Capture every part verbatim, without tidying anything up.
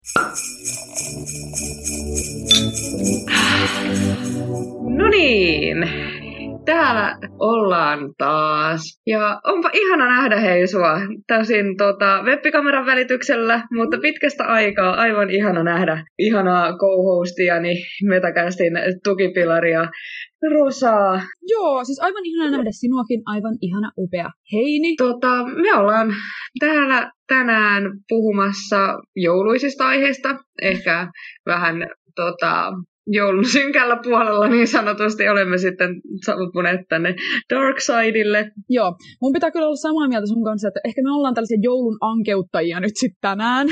No niin, täällä ollaan taas. Ja onpa ihana nähdä hei sua täysin tota, web-kameran välityksellä, mutta pitkästä aikaa aivan ihana nähdä ihanaa co-hostiani, Metacastin tukipilaria, Rosaa. Joo, siis aivan ihana nähdä sinuakin, aivan ihana upea Heini. Tota, me ollaan täällä tänään puhumassa jouluisista aiheista, ehkä vähän tota, joulun synkällä puolella niin sanotusti olemme sitten saapuneet tänne Dark Sidelle. Joo, mun pitää kyllä olla samaa mieltä sun kanssa, että ehkä me ollaan tällaisia joulun ankeuttajia nyt sitten tänään.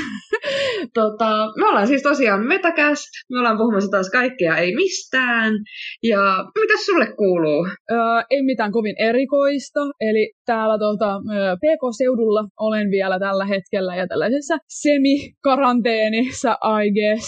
Tota, me ollaan siis tosiaan Metacast, me ollaan puhumassa taas kaikkea ei mistään. Ja mitäs sulle kuuluu? Öö, ei mitään kovin erikoista, eli täällä tuota, P K-seudulla olen vielä tällä hetkellä ja tällaisessa semi-karanteenissa, I guess.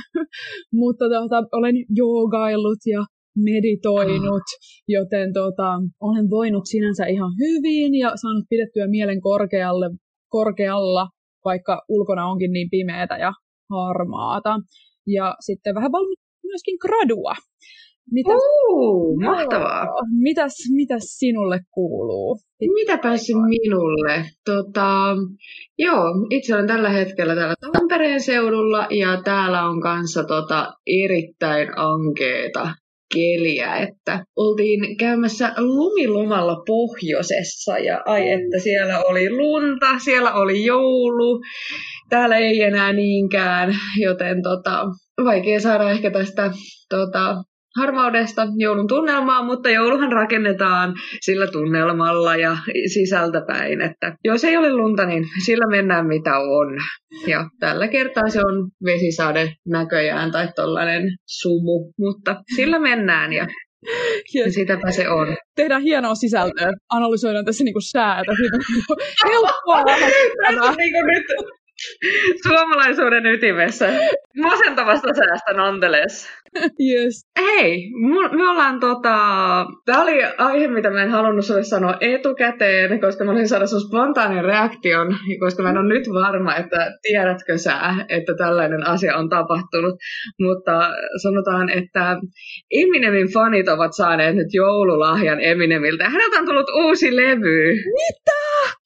Mutta tuota, olen joogaillut ja meditoinut, joten tota, olen voinut sinänsä ihan hyvin ja saanut pidettyä mielen korkealle, korkealla, vaikka ulkona onkin niin pimeätä ja harmaata. Ja sitten vähän valmiin myöskin gradua. Mitäs, uh, mahtavaa. Mitäs, mitäs sinulle kuuluu? Mitäpäs minulle? Tota, joo, itse olen tällä hetkellä täällä Tampereen seudulla ja täällä on kanssa tota, erittäin ankeeta keliä, että oltiin käymässä lumilomalla pohjoisessa ja ai että siellä oli lunta, siellä oli joulu, täällä ei enää niinkään, joten tota, vaikea saada ehkä tästä tota, harmaudesta joulun tunnelmaa, mutta jouluhan rakennetaan sillä tunnelmalla ja sisältäpäin, että jos ei ole lunta, niin sillä mennään mitä on. Ja tällä kertaa se on vesisade näköjään tai tollainen sumu, mutta sillä mennään ja yes. Sitäpä se on. Tehdään hienoa sisältöä, analysoidaan tässä niinku säätä. Helppoa tässä niinku nyt suomalaisuuden ytimessä. Masentavasta säästä nonetheless. Yes. Hei, me ollaan tota... Tää oli aihe, mitä mä en halunnut sulle sanoa etukäteen, koska mä olisin saada sun spontaanin reaktion, koska mä en ole nyt varma, että tiedätkö sä, että tällainen asia on tapahtunut. Mutta sanotaan, että Eminemin fanit ovat saaneet nyt joululahjan Eminemiltä. Häneltä on tullut uusi levy. Mitä?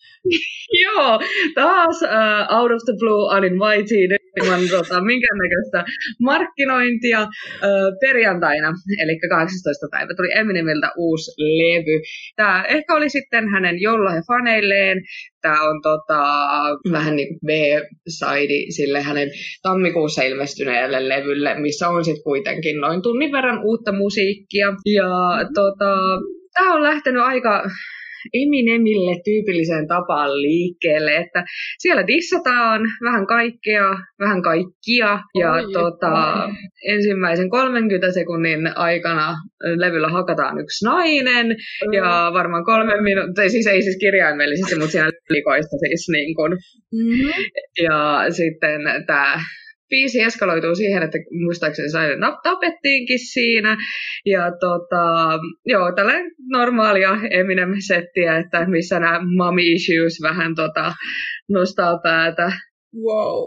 Joo, taas uh, out of the blue uninvited, ilman tota, minkäännäköistä markkinointia uh, perjantaina, eli kahdeksastoista päivä tuli Eminemiltä uusi levy. Tämä ehkä oli sitten hänen joululahjafaneilleen. Tämä on tota, vähän niin kuin B-side sille hänen tammikuussa ilmestyneelle levylle, missä on sitten kuitenkin noin tunnin verran uutta musiikkia. Ja tota, tämä on lähtenyt aika Eminemille tyypilliseen tapaan liikkeelle, että siellä dissataan vähän kaikkea, vähän kaikkia, ja oi, tota, oi. ensimmäisen kolmenkymmenen sekunnin aikana levyllä hakataan yksi nainen, mm. ja varmaan kolme minuuttia, siis ei siis kirjaimellisesti, mutta siinä likoista siis niin kuin. Mm-hmm. Ja sitten tämä biisi eskaloituu siihen, että muistaakseni Saiden tapettiinkin siinä. Ja tota, joo, tällainen normaalia Eminem-settiä, että missä nämä mommy issues vähän tota, nostaa päätä. Wow.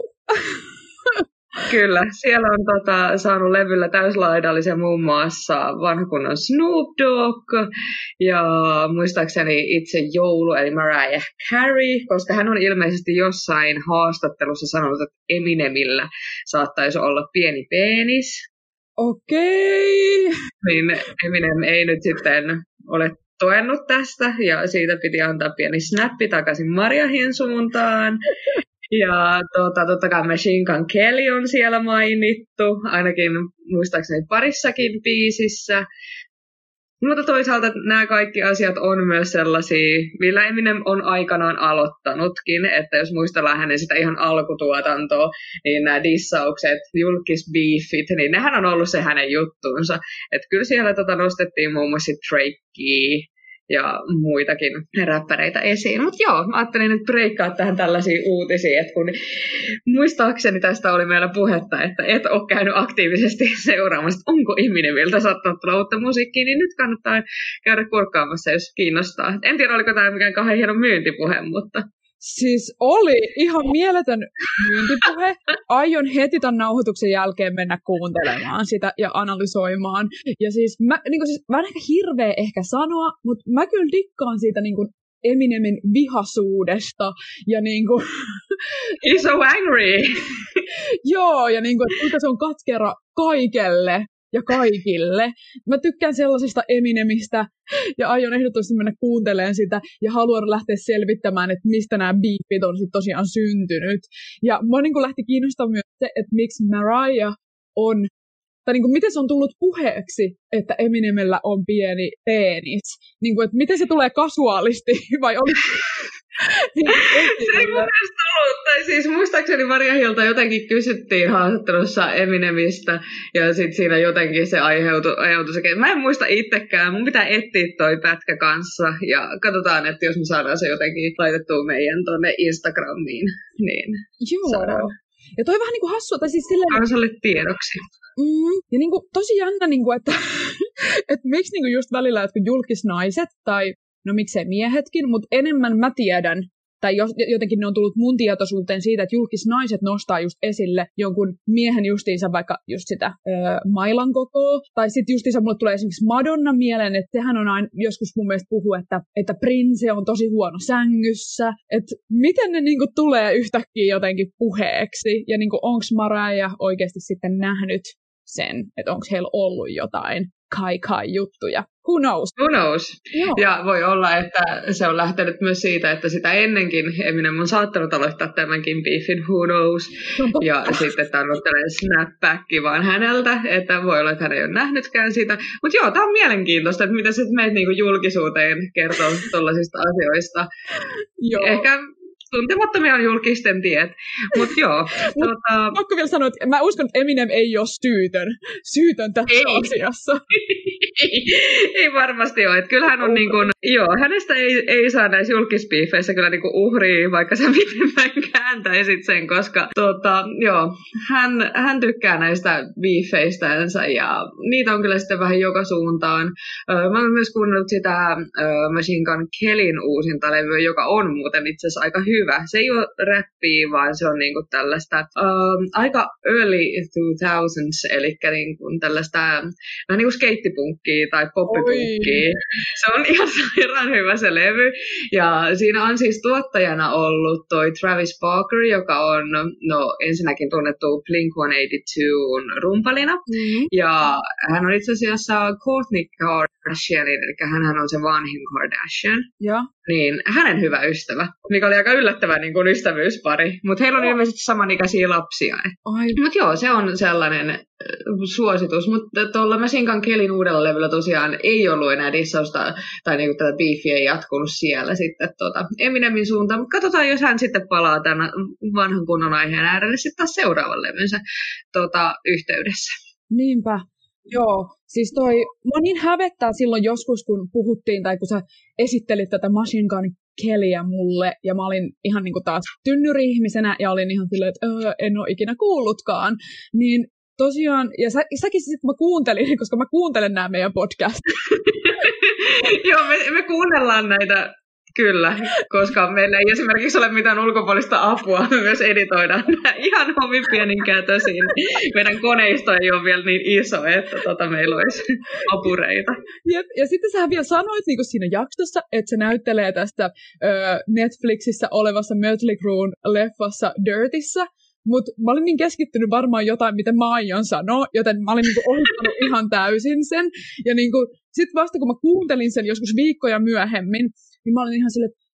Kyllä, siellä on tota, saanut levyllä täyslaidallisia muun muassa vanha kunnon Snoop Dogg ja muistaakseni itse joulu, eli Mariah Carey, koska hän on ilmeisesti jossain haastattelussa sanonut, että Eminemillä saattaisi olla pieni penis. Okei. Okay. Niin Eminem ei nyt sitten ole toennut tästä ja siitä piti antaa pieni snappi takaisin Mariahin suuntaan. Ja tota, totta kai Machine Gun Kelly on siellä mainittu, ainakin muistaakseni parissakin biisissä. Mutta toisaalta nämä kaikki asiat on myös sellaisia, millä Eminem on aikanaan aloittanutkin, että jos muistellaan hänen sitä ihan alkutuotantoa, niin nämä dissaukset, julkisbeefit, niin nehän on ollut se hänen juttuunsa. Että kyllä siellä tota nostettiin muun muassa Drakea ja muitakin räppäreitä esiin. Mutta joo, mä ajattelin nyt breikkaa tähän tällaisiin uutisiin, että kun muistaakseni tästä oli meillä puhetta, että et ole käynyt aktiivisesti seuraamassa, että onko Eminemiltä saattanut tulla uutta musiikkia, niin nyt kannattaa käydä kurkkaamassa, jos kiinnostaa. En tiedä, oliko tämä mikään kauhean hieno myyntipuhe, mutta Siis oli ihan mieletön myyntipuhe. Aion heti tämän nauhoituksen jälkeen mennä kuuntelemaan sitä ja analysoimaan. Ja siis mä, niin kuin siis, mä en ehkä hirveä ehkä sanoa, mutta mä kyllä dikkaan siitä niin kuin Eminemin vihasuudesta. Ja niin kuin He's so angry! Joo, ja niin kuin, että kuinka se on katkera kaikelle ja kaikille. Mä tykkään sellaisista Eminemistä ja aion ehdottomasti mennä kuuntelemaan sitä ja haluan lähteä selvittämään, että mistä nämä biipit on sit tosiaan syntynyt. Ja mua niin kuin lähti kiinnostamaan myös se, että miksi Mariah on, tai niin kuin, miten se on tullut puheeksi, että Eminemellä on pieni penis. Niin kuin, että miten se tulee kasuaalisti vai oli... Se ei mun mielestä ollut, tai siis muistaakseni Mariahilta jotenkin kysyttiin haastattelussa Eminemistä, ja sitten siinä jotenkin se aiheutui, aiheutui se, mä en muista itsekään, mun pitää etsiä toi pätkä kanssa, ja katsotaan, että jos me saadaan se jotenkin laitettua meidän tonne Instagramiin, niin Joo. saadaan. Ja toi vähän niinku hassua, tai siis silleen... Kansalle tiedoksi. Mm, ja niinku tosi jännä, niinku, että, että miksi niinku just välillä jotkut julkisnaiset, tai no miksei miehetkin, mutta enemmän mä tiedän, tai jotenkin ne on tullut mun tietoisuuteen siitä, että julkisnaiset nostaa just esille jonkun miehen justiinsa vaikka just sitä öö, mailan kokoa, tai sitten justiinsa mulle tulee esimerkiksi Madonna mieleen, että sehän on aina joskus mun mielestä puhu, että, että Prince on tosi huono sängyssä, että miten ne niinku tulee yhtäkkiä jotenkin puheeksi, ja niinku onks Mariah oikeasti sitten nähnyt sen, että onko heillä ollut jotain kai-kai-juttuja. Who knows? Who knows? Joo. Ja voi olla, että se on lähtenyt myös siitä, että sitä ennenkin Eminem on saattanut aloittaa tämänkin beefin, who knows. Ja sitten tarvittelee snapbacki vaan häneltä, että voi olla, että hän ei ole nähnytkään sitä. Mutta joo, tämä on mielenkiintoista, että mitä sitten meitä niinku julkisuuteen kertoo tuollaisista asioista. Joo. Ehkä tuntemattomia on julkisten tiet, mutta joo. Mut, tota... Pakko vielä sanoa, että mä uskon, että Eminem ei ole syytön, syytön tässä ei. asiassa. ei, ei varmasti ole. Että kyllähän on niin kuin, joo, hänestä ei, ei saa näissä julkispiifeissä kyllä niin kuin uhria, vaikka sä miten kääntäisit sen, koska tota, joo, hän, hän tykkää näistä biifeistänsä ja niitä on kyllä sitten vähän joka suuntaan. Mä olen myös kuunnellut sitä Machine Gun Kellyn uusinta levyä, joka on muuten itse asiassa aika hyvä. Se ei ole räppiä, vaan se on niinku tällaista uh, aika early two thousands, eli niinku tällaista vähän niinku skeittipunkkia tai poppipunkkia. Se on ihan sairaan hyvä se levy. Ja siinä on siis tuottajana ollut toi Travis Barker, joka on no, ensinnäkin tunnettu Blink one eighty-twon rumpalina. Mm-hmm. Ja hän on itse asiassa Kourtney Kardashianin, eli hän on se vanhin Kardashian. Ja. Niin, hänen hyvä ystävä, mikä oli aika yllättävä niin kuin ystävyyspari. Mutta heillä on oh. ilmeisesti samanikäisiä lapsia. Mutta joo, se on sellainen äh, suositus. Mutta tuolla Machine Gun Kellyn uudella levyllä tosiaan ei ollut enää dissausta, tai niinku tätä beefiä ei jatkunut siellä sitten tota Eminemin suuntaan. Mutta katsotaan, jos hän sitten palaa tämän vanhan kunnon aiheen äärelle sitten taas seuraavan levynsä tota, yhteydessä. Niinpä. Joo, siis toi, mua niin hävettää silloin joskus, kun puhuttiin, tai kun sä esittelit tätä Machine Gun Kellyä mulle, ja mä olin ihan niinku taas tynnyri-ihmisenä, ja olin ihan silleen, että öö, en ole ikinä kuullutkaan. Niin tosiaan, ja sä, säkin sit mä kuuntelin, koska mä kuuntelen nämä meidän podcastit. Joo, me, me kuunnellaan näitä. Kyllä, koska meillä ei esimerkiksi ole mitään ulkopuolista apua, me myös editoidaan ihan omin pienin kätösin. Meidän koneisto ei ole vielä niin iso, että tota, meillä olisi apureita. Jep. Ja sitten sä vielä sanoit niin kuin siinä jaksossa, että se näyttelee tästä ö, Netflixissä olevassa Mötley Crüen leffassa Dirtissä. Mutta mä olin niin keskittynyt varmaan jotain, mitä mä aion sanoa, joten mä olin niinku ohittanut ihan täysin sen. Ja niinku, sitten vasta kun mä kuuntelin sen joskus viikkoja myöhemmin, niin mä olin ihan silleen, että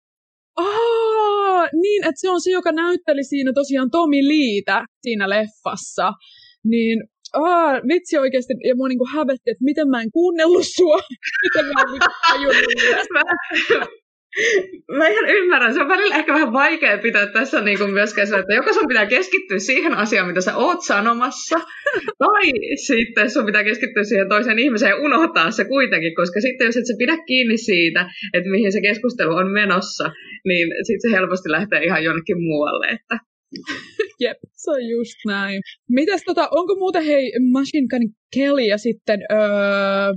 aah, niin, että se on se, joka näytteli siinä tosiaan Tommy Leetä siinä leffassa. Niin, aah, vitsi oikeasti, ja mua niinku hävetti, että miten mä en kuunnellut sua. Miten mä en tajunnut. Mä ihan ymmärrän, se on välillä ehkä vähän vaikea pitää tässä niin kuin myöskään se, että joko sun pitää keskittyä siihen asiaan, mitä sä oot sanomassa, tai sitten sun pitää keskittyä siihen toiseen ihmiseen ja unohtaa se kuitenkin, koska sitten jos et sä pidä kiinni siitä, että mihin se keskustelu on menossa, niin sitten se helposti lähtee ihan jonnekin muualle. Että. Jep, se on just näin. Mitäs tota, onko muuten hei Machine Gun Kelly ja sitten... Öö...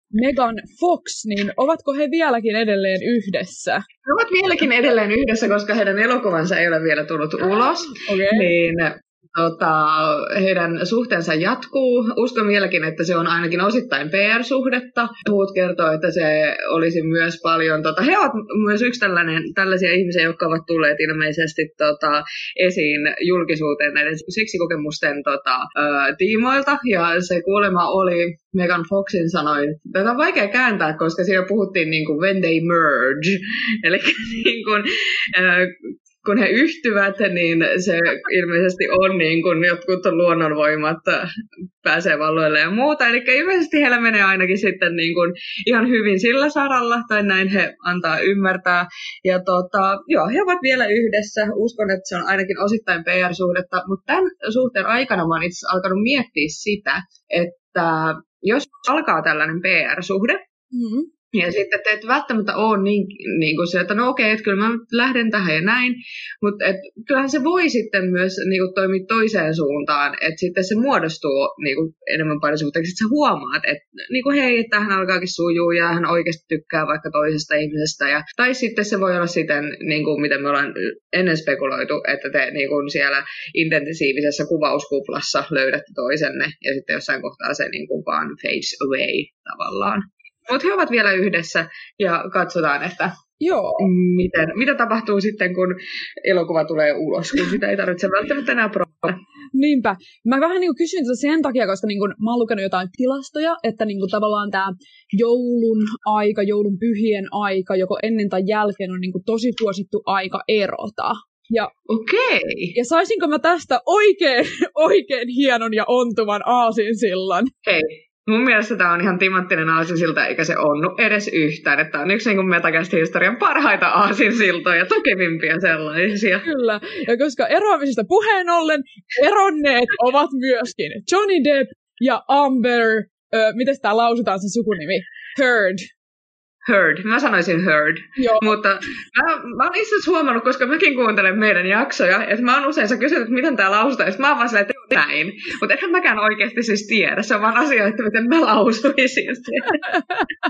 Megan Fox, niin ovatko he vieläkin edelleen yhdessä? He ovat vieläkin edelleen yhdessä, koska heidän elokuvansa ei ole vielä tullut ulos. Okay. Niin tota, heidän suhteensa jatkuu. Uskon vieläkin, että se on ainakin osittain P R-suhdetta. Muut kertoo, että se olisi myös paljon... Tota, he ovat myös yksi tällainen, tällaisia ihmisiä, jotka ovat tulleet ilmeisesti tota, esiin julkisuuteen näiden seksikokemusten tota, ä, tiimoilta. Ja se kuulema oli Megan Foxin sanoin. Tätä on vaikea kääntää, koska siinä puhuttiin niin kuin when they merge. Eli niin kuin... Ä, kun he yhtyvät, niin se ilmeisesti on niin kuin jotkut luonnonvoimat pääsee valloille ja muuta. Eli ilmeisesti heillä menee ainakin sitten niin kuin ihan hyvin sillä saralla, tai näin he antaa ymmärtää. Ja tota, joo, he ovat vielä yhdessä. Uskon, että se on ainakin osittain P R-suhdetta, mutta tämän suhteen aikana mä oon itse alkanut miettiä sitä, että jos alkaa tällainen P R-suhde, mm-hmm. ja sitten te et välttämättä ole niin, niin kuin se, että no okei, että kyllä mä lähden tähän ja näin, mutta et, kyllähän se voi sitten myös niin kuin, toimia toiseen suuntaan, että sitten se muodostuu niin kuin, enemmän parisuhteeksi, että sä huomaat, että niin kuin, hei, että hän alkaakin sujuu ja hän oikeasti tykkää vaikka toisesta ihmisestä. Ja, tai sitten se voi olla siten, niin kuin, miten me ollaan ennen spekuloitu, että te niin kuin, siellä intensiivisessä kuvauskuplassa löydätte toisenne ja sitten jossain kohtaa se niin kuin, vaan fades away tavallaan. Mutta he ovat vielä yhdessä ja katsotaan, että Joo. Miten, mitä tapahtuu sitten, kun elokuva tulee ulos, kun sitä ei tarvitse välttämättä enää promoda. Niinpä. Mä vähän niin kuin kysyn tätä sen takia, koska niin kuin mä oon lukenut jotain tilastoja, että niin kuin tavallaan tämä joulun aika, joulun pyhien aika, joko ennen tai jälkeen on niin kuin tosi suosittu aika erota. Ja, Okei. Ja saisinko mä tästä oikein, oikein hienon ja ontuvan aasinsillan? Hei. Mun mielestä tämä on ihan timanttinen aasinsilta, eikä se onnu edes yhtään. Että tämä on yksi niin Metacast-historian parhaita aasinsiltoja, tukevimpia sellaisia. Kyllä, ja koska eroamisesta puheen ollen, eronneet ovat myöskin Johnny Depp ja Amber, äh, miten tämä lausutaan se sukunimi? Heard. Heard. Mä sanoisin Heard. Joo. Mutta mä, mä oon itse asiassa huomannut, koska mäkin kuuntelen meidän jaksoja, että mä oon usein sä kysynyt, että miten tää lausutaan, ja mä oon vaan silleen, että näin. Mutta enhän mäkään oikeasti siis tiedä. Se on vaan asia, että miten mä lausuisin sen.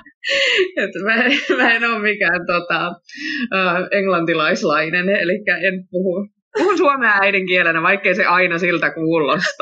Että mä, mä en ole mikään tota, uh, englantilaislainen, eli en puhu. Puhun suomea äidinkielenä, vaikkei se aina siltä kuulosta.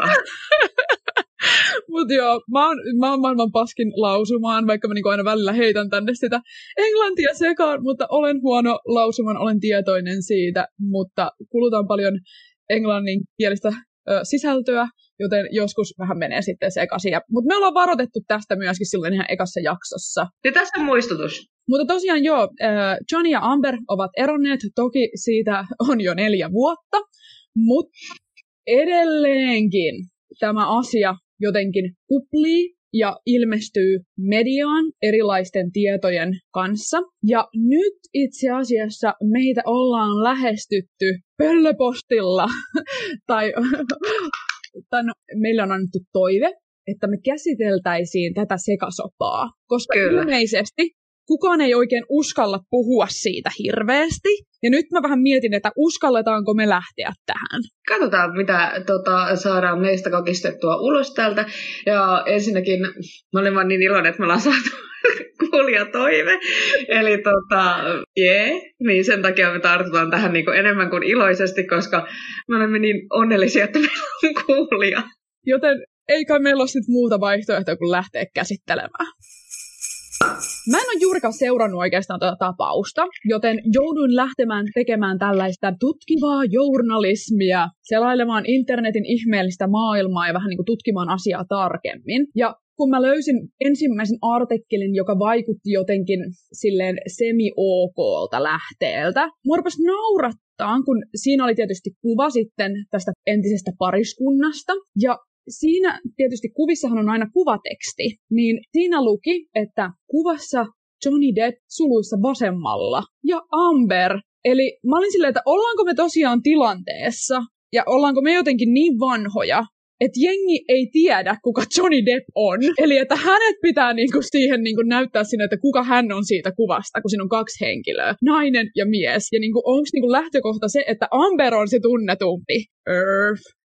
Mutta joo, mä oon, mä oon maailman paskin lausumaan, vaikka mä niinku aina välillä heitän tänne sitä englantia sekaan, mutta olen huono lausumaan, olen tietoinen siitä, mutta kulutan paljon englanninkielistä ö, sisältöä, joten joskus vähän menee sitten sekaisin. Mutta me ollaan varoitettu tästä myöskin silloin ihan ekassa jaksossa. Ja tässä on muistutus. Mutta tosiaan joo, Johnny ja Amber ovat eronneet, toki siitä on jo neljä vuotta, mutta edelleenkin tämä asia jotenkin kuplii ja ilmestyy mediaan erilaisten tietojen kanssa. Ja nyt itse asiassa meitä ollaan lähestytty pöllöpostilla, tai, tai no, meillä on annettu toive, että me käsiteltäisiin tätä sekasopaa, koska Kyllä. ilmeisesti kukaan ei oikein uskalla puhua siitä hirveästi. Ja nyt mä vähän mietin, että uskalletaanko me lähteä tähän. Katsotaan, mitä tota, saadaan meistä kakistettua ulos täältä. Ja ensinnäkin mä olen vaan niin iloinen, että me ollaan saatu kuulijatoive. Eli tota, jee, yeah. niin sen takia me tartutaan tähän niin kuin enemmän kuin iloisesti, koska me olemme niin onnellisia, että meillä on kuulija. Joten ei kai meillä ole sit muuta vaihtoehtoa kuin lähteä käsittelemään. Mä en ole juurikaan seurannut oikeastaan tätä tapausta, joten jouduin lähtemään tekemään tällaista tutkivaa journalismia, selailemaan internetin ihmeellistä maailmaa ja vähän niin kuin tutkimaan asiaa tarkemmin. Ja kun mä löysin ensimmäisen artikkelin, joka vaikutti jotenkin silleen semi-okolta lähteeltä, mua rupesi naurattaa, kun siinä oli tietysti kuva sitten tästä entisestä pariskunnasta. Ja siinä tietysti kuvissahan on aina kuvateksti, niin siinä luki, että kuvassa Johnny Depp suluissa vasemmalla ja Amber. Eli mä olin silleen, että ollaanko me tosiaan tilanteessa ja ollaanko me jotenkin niin vanhoja, että jengi ei tiedä, kuka Johnny Depp on. Eli että hänet pitää niinku siihen niinku näyttää sinne, että kuka hän on siitä kuvasta, kun siinä on kaksi henkilöä, nainen ja mies. Ja niinku, onko niinku lähtökohta se, että Amber on se tunnetumpi? Earth.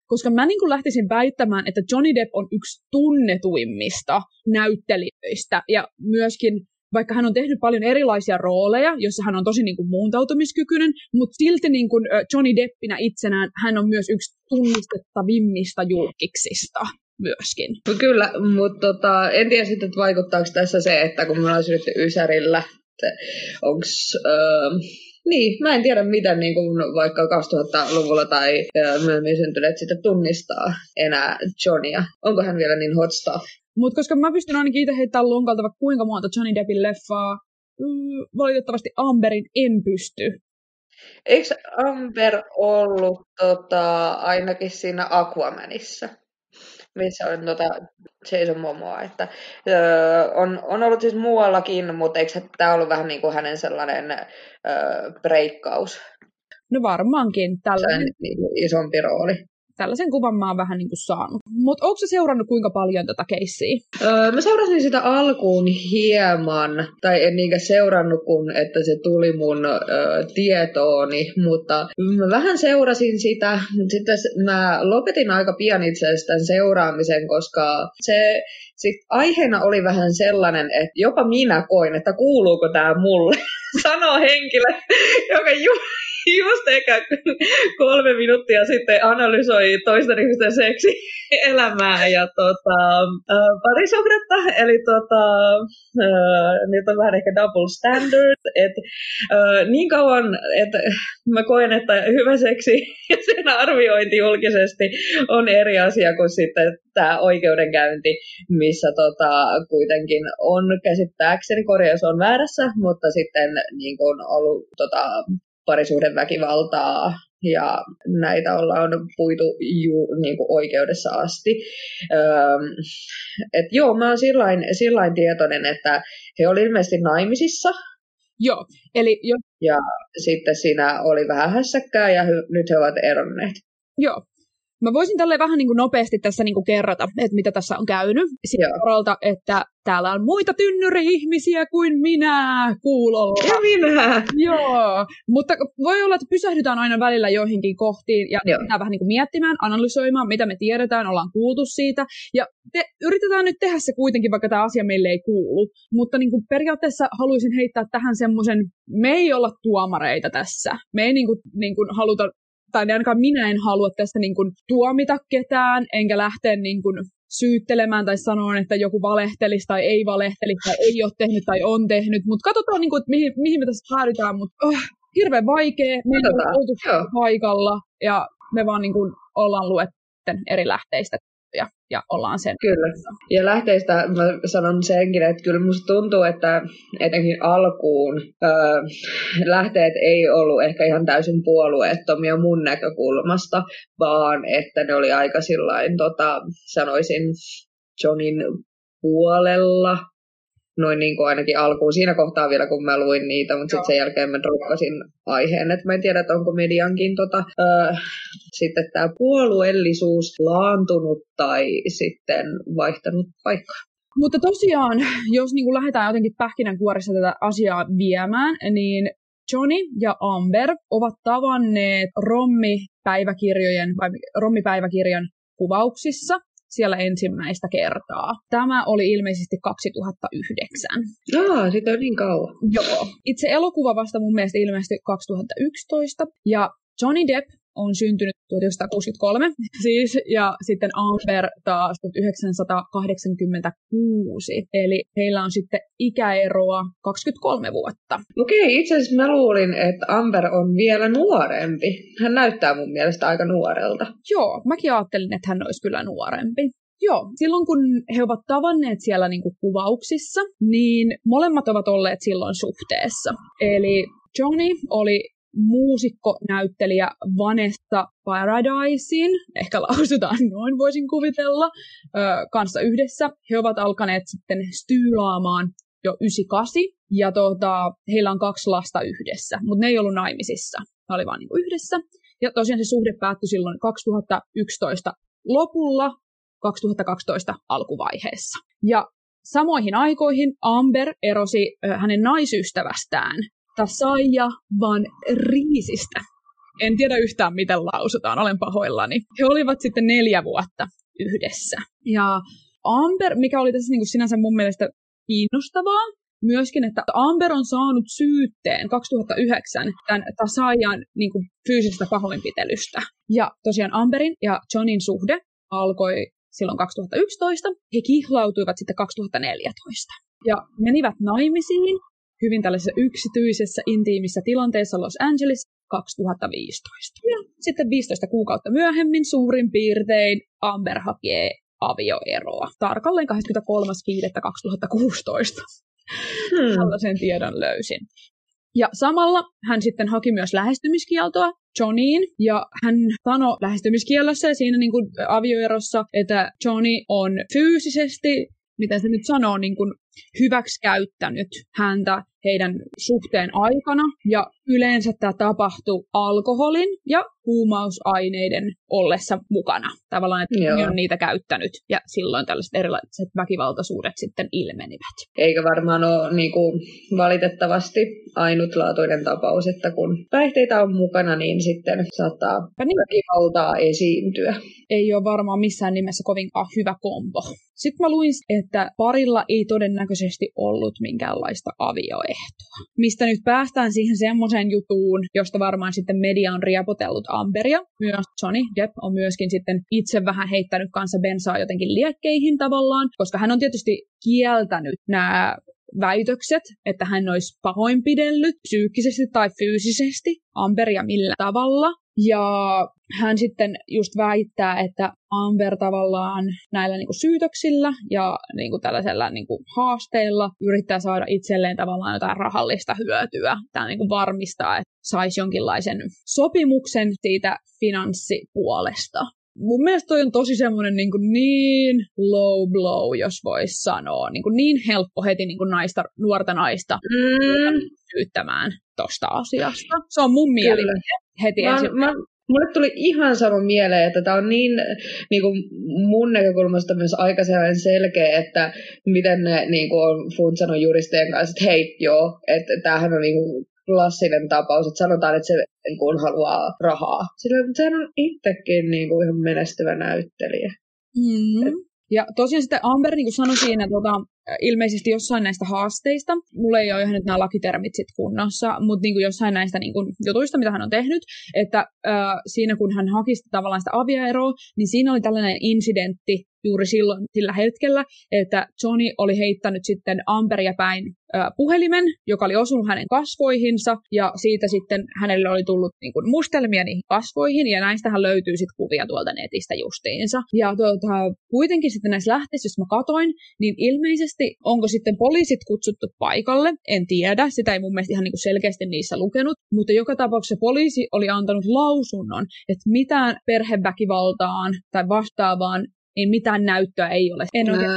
koska mä niin kuin lähtisin väittämään, että Johnny Depp on yksi tunnetuimmista näyttelijöistä ja myöskin vaikka hän on tehnyt paljon erilaisia rooleja, joissa hän on tosi niin kuin muuntautumiskykyinen, mutta silti niin kuin Johnny Deppinä itsenään hän on myös yksi tunnistettavimmista julkiksista myöskin. Kyllä, mutta tota, en tiedä sitten, että vaikuttaako tässä se, että kun me ollaan syöty Ysärillä, onko... Öö, niin, mä en tiedä, miten niin kuin vaikka kaksituhattaluvulla tai myöhemmin syntyneet sitten tunnistaa enää Johnia. Onko hän vielä niin hot stuff? Mutta koska mä pystyn ainakin itse heittämään lonkalta vaikka kuinka monta Johnny Deppin leffaa, mm, valitettavasti Amberin en pysty. Eikö Amber ollut tota, ainakin siinä Aquamanissa, missä on tota Jason Momoa, että öö, on, on ollut siis muuallakin, mutta eikö tämä ollut vähän niin kuin hänen sellainen öö, breikkaus? No varmaankin. Tällainen niin isompi rooli. Tällaisen kuvan mä oon vähän niin kuin saanut. Mutta ootko sä seurannut kuinka paljon tätä keissiä? Öö, mä seurasin sitä alkuun hieman, tai en niinkään seurannut, kun että se tuli mun öö, tietooni, mutta mä vähän seurasin sitä, mutta sitten mä lopetin aika pian itse asiassa tämän seuraamisen, koska se sit aiheena oli vähän sellainen, että jopa minä koin, että kuuluuko tää mulle, sanoo henkilö, joka ju- just eikä kolme minuuttia sitten analysoi toisten ihmisten seksielämää ja tota, äh, parisuhdetta. Eli tota, äh, nyt on vähän ehkä double standard. Et, äh, niin kauan, että mä koen, että hyvä seksi ja sen arviointi julkisesti on eri asia kuin sitten tämä oikeudenkäynti, missä tota, kuitenkin on käsittääkseni, korjaus on väärässä, mutta sitten niin kun ollut tota, parisuhdeväkivaltaa ja näitä ollaan puitu ju, niin kuin oikeudessa asti. Öm, et joo, mä oon sillain, sillain tietoinen, että he olivat ilmeisesti naimisissa. Joo, eli jo. Ja sitten siinä oli vähän hässäkkää ja hy, nyt he ovat eronneet. Joo. Mä voisin tälleen vähän niin kuin nopeasti tässä niin kuin kerrata, että mitä tässä on käynyt. Sitten että täällä on muita tynnyri-ihmisiä kuin minä kuulolla. Ja minä! Joo, mutta voi olla, että pysähdytään aina välillä joihinkin kohtiin ja pitää vähän niin kuin miettimään, analysoimaan, mitä me tiedetään, ollaan kuultu siitä. Ja te, yritetään nyt tehdä se kuitenkin, vaikka tämä asia meille ei kuulu. Mutta niin kuin periaatteessa haluaisin heittää tähän semmoisen, me ei olla tuomareita tässä. Me ei niin kuin, niin kuin haluta... tai ainakaan minä en halua tästä niin kuin tuomita ketään, enkä lähteä niin kuin syyttelemään tai sanoa, että joku valehtelisi tai ei valehtelisi tai ei ole tehnyt tai on tehnyt. Mutta katsotaan, niin kuin, että mihin, mihin me tässä päädytään. Mutta oh, hirveän vaikea. Me ei ole oltu paikalla ja me vaan niin kuin ollaan luetten eri lähteistä. Ja, ja ollaan sen. Kyllä. Ja lähteistä mä sanon senkin, että kyllä musta tuntuu, että etenkin alkuun öö, lähteet ei ollut ehkä ihan täysin puolueettomia mun näkökulmasta, vaan että ne oli aika sillain, tota, sanoisin, Johnin puolella. Noin niin kuin ainakin alkuun siinä kohtaa vielä, kun mä luin niitä, mutta sitten sen jälkeen mä droppasin aiheen, että mä en tiedä, että onko mediankin tota, öö, sitten tämä puolueellisuus laantunut tai sitten vaihtanut paikkaa. Mutta tosiaan, jos niin kuin lähdetään jotenkin pähkinänkuoressa tätä asiaa viemään, niin Johnny ja Amber ovat tavanneet rommipäiväkirjojen, vai rommipäiväkirjan kuvauksissa siellä ensimmäistä kertaa. Tämä oli ilmeisesti kaksituhattayhdeksän. Jaa, sitä on niin kauan. Joo. Itse elokuva vasta mun mielestä ilmeisesti kaksituhattayksitoista. Ja Johnny Depp on syntynyt tuhatyhdeksänsataakuusikymmentäkolme, siis, ja sitten Amber taas tuhatyhdeksänsataakahdeksankymmentäkuusi. Eli heillä on sitten ikäeroa kaksikymmentäkolme vuotta. Okei, itse asiassa mä luulin, että Amber on vielä nuorempi. Hän näyttää mun mielestä aika nuorelta. Joo, mäkin ajattelin, että hän olisi kyllä nuorempi. Joo, silloin kun he ovat tavanneet siellä niin kuin kuvauksissa, niin molemmat ovat olleet silloin suhteessa. Eli Johnny oli muusikkonäyttelijä Vanessa Paradisein, ehkä lausutaan noin, voisin kuvitella, ö, kanssa yhdessä. He ovat alkaneet sitten styylaamaan jo yhdeksänkymmentäkahdeksan, ja tota, heillä on kaksi lasta yhdessä, mutta ne ei ollut naimisissa. Ne oli vaan niinku yhdessä. Ja tosiaan se suhde päättyi silloin kaksituhattayksitoista lopulla, kaksituhattakaksitoista alkuvaiheessa. Ja samoihin aikoihin Amber erosi ö, hänen naisystävästään, Tasaja Van Riisistä. En tiedä yhtään, miten lausutaan, olen pahoillani. He olivat sitten neljä vuotta yhdessä. Ja Amber, mikä oli tässä niin kuin sinänsä mun mielestä kiinnostavaa, myöskin, että Amber on saanut syytteen kaksituhattayhdeksän tämän Tasajan niin kuin fyysisestä pahoinpitelystä. Ja tosiaan Amberin ja Johnin suhde alkoi silloin kaksituhattayksitoista. He kihlautuivat sitten kaksituhattaneljätoista. Ja menivät naimisiin hyvin tällaisessa yksityisessä, intiimissä tilanteessa Los Angeles kaksituhattaviisitoista. Ja sitten viisitoista kuukautta myöhemmin suurin piirtein Amber hakee avioeroa. Tarkalleen kahdeskymmeneskolmas viidettä kaksituhattakuusitoista. Hmm. Tällaisen tiedon löysin. Ja samalla hän sitten haki myös lähestymiskieltoa Johnnyin, ja hän sanoi lähestymiskiellossa ja siinä niin kuin avioerossa, että Johnny on fyysisesti, miten se nyt sanoo, niin kuin hyväksikäyttänyt häntä heidän suhteen aikana, ja yleensä tämä tapahtui alkoholin ja huumausaineiden ollessa mukana. Tavallaan, että Joo. on niitä käyttänyt, ja silloin tällaiset erilaiset väkivaltaisuudet sitten ilmenivät. Eikä varmaan ole niin kuin, valitettavasti ainutlaatuinen tapaus, että kun päihteitä on mukana, niin sitten saattaa niin. väkivaltaa esiintyä. Ei ole varmaan missään nimessä kovinkaan hyvä kombo. Sitten mä luin, että parilla ei todennäköisesti ollut minkäänlaista avioehtoa. Mistä nyt päästään siihen semmoiseen jutuun, josta varmaan sitten media on riepotellut Amberia. Myös Johnny Depp on myöskin sitten itse vähän heittänyt kanssa bensaa jotenkin liekkeihin tavallaan, koska hän on tietysti kieltänyt nämä väitökset, että hän olisi pahoinpidellyt psyykkisesti tai fyysisesti Amberia millä tavalla. Ja hän sitten just väittää, että Amber tavallaan näillä niinku syytöksillä ja niinku tällaisella niinku haasteilla yrittää saada itselleen tavallaan jotain rahallista hyötyä. Tämä niinku varmistaa, että saisi jonkinlaisen sopimuksen siitä finanssipuolesta. Mun mielestä toi on tosi semmoinen niin, niin low blow, jos voisi sanoa. Niin, niin helppo heti niin naista, nuorta naista mm. syyttämään tosta asiasta. Se on mun mielipide heti mä, ensin. Mä, mulle tuli ihan sama mieleen, että tämä on niin, niin kuin mun näkökulmasta myös aika selkeä, että miten ne niin kuin on funtsanut juristien kanssa, että hei joo, että tämähän on niin kuin klassinen tapaus, että sanotaan, että se niin kuin haluaa rahaa. Sillä sehän on itsekin niin kuin ihan menestyvä näyttelijä. Mm. Et, ja tosiaan sitten Amber niin kuin sanoi siinä tuota, ilmeisesti jossain näistä haasteista, mulla ei ole ihan nyt nämä lakitermit sit kunnossa, mutta niin kuin jossain näistä niin kuin jutuista, mitä hän on tehnyt, että äh, siinä kun hän haki sitä tavallaan sitä avioeroa, niin siinä oli tällainen incidentti juuri silloin sillä hetkellä, että Johnny oli heittänyt sitten Amberia päin äh, puhelimen, joka oli osunut hänen kasvoihinsa, ja siitä sitten hänelle oli tullut niin kuin mustelmia niihin kasvoihin, ja näistähän löytyy sitten kuvia tuolta netistä justiinsa. Ja tuota, kuitenkin sitten näissä lähteissä, jos mä katoin, niin ilmeisesti onko sitten poliisit kutsuttu paikalle, en tiedä, sitä ei mun mielestä ihan niin kuin selkeästi niissä lukenut, mutta joka tapauksessa poliisi oli antanut lausunnon, että mitään perheväkivaltaan tai vastaavaan niin mitään näyttöä ei ole. En oikein,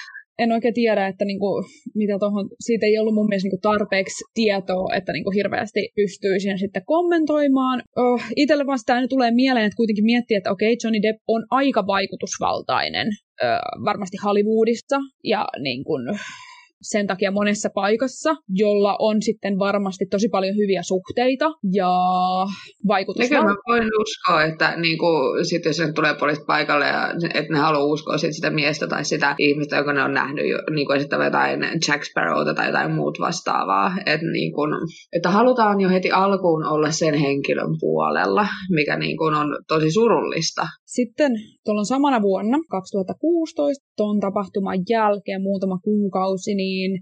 en oikein tiedä, että niinku, mitä tohon, siitä ei ollut mun mielestä niinku tarpeeksi tietoa, että niinku hirveästi pystyisin sitten kommentoimaan. Oh, itselle vaan sitä aina tulee mieleen, että kuitenkin miettii, että okei, Johnny Depp on aika vaikutusvaltainen ö, varmasti Hollywoodissa ja niin kuin sen takia monessa paikassa, jolla on sitten varmasti tosi paljon hyviä suhteita ja vaikutusvaltaa. Mä voin uskoa, että niin kuin, sit jos ne tulee poliisit paikalle, ja, että ne haluaa uskoa sit sitä miestä tai sitä ihmistä, joka ne on nähnyt niin kuin esittävä jotain Jack Sparrowta tai jotain muut vastaavaa. Että, niin kuin, että halutaan jo heti alkuun olla sen henkilön puolella, mikä niin kuin on tosi surullista. Sitten tuolla samana vuonna, kaksituhattakuusitoista, tuon tapahtuman jälkeen muutama kuukausi, niin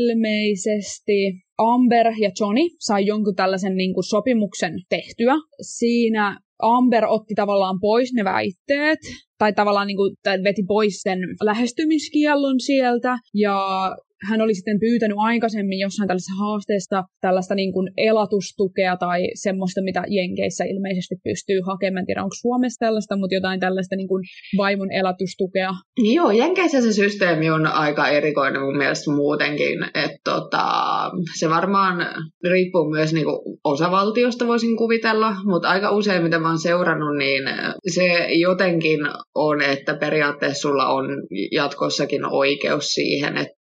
ilmeisesti Amber ja Johnny sai jonkun tällaisen niin kuin sopimuksen tehtyä. Siinä Amber otti tavallaan pois ne väitteet, tai tavallaan niin kuin, veti pois sen lähestymiskiellon sieltä, ja hän oli sitten pyytänyt aikaisemmin jossain tällaisessa haasteessa tällaista niin kuin elatustukea tai semmoista, mitä Jenkeissä ilmeisesti pystyy hakemaan. En tiedä, onko Suomessa tällaista, mutta jotain tällaista niin kuin vaimon elatustukea. Joo, Jenkeissä se systeemi on aika erikoinen mun mielestä muutenkin. Että tota, se varmaan riippuu myös niin kuin osavaltiosta, voisin kuvitella, mutta aika usein, mitä mä oon seurannut, niin se jotenkin on, että periaatteessa sulla on jatkossakin oikeus siihen, että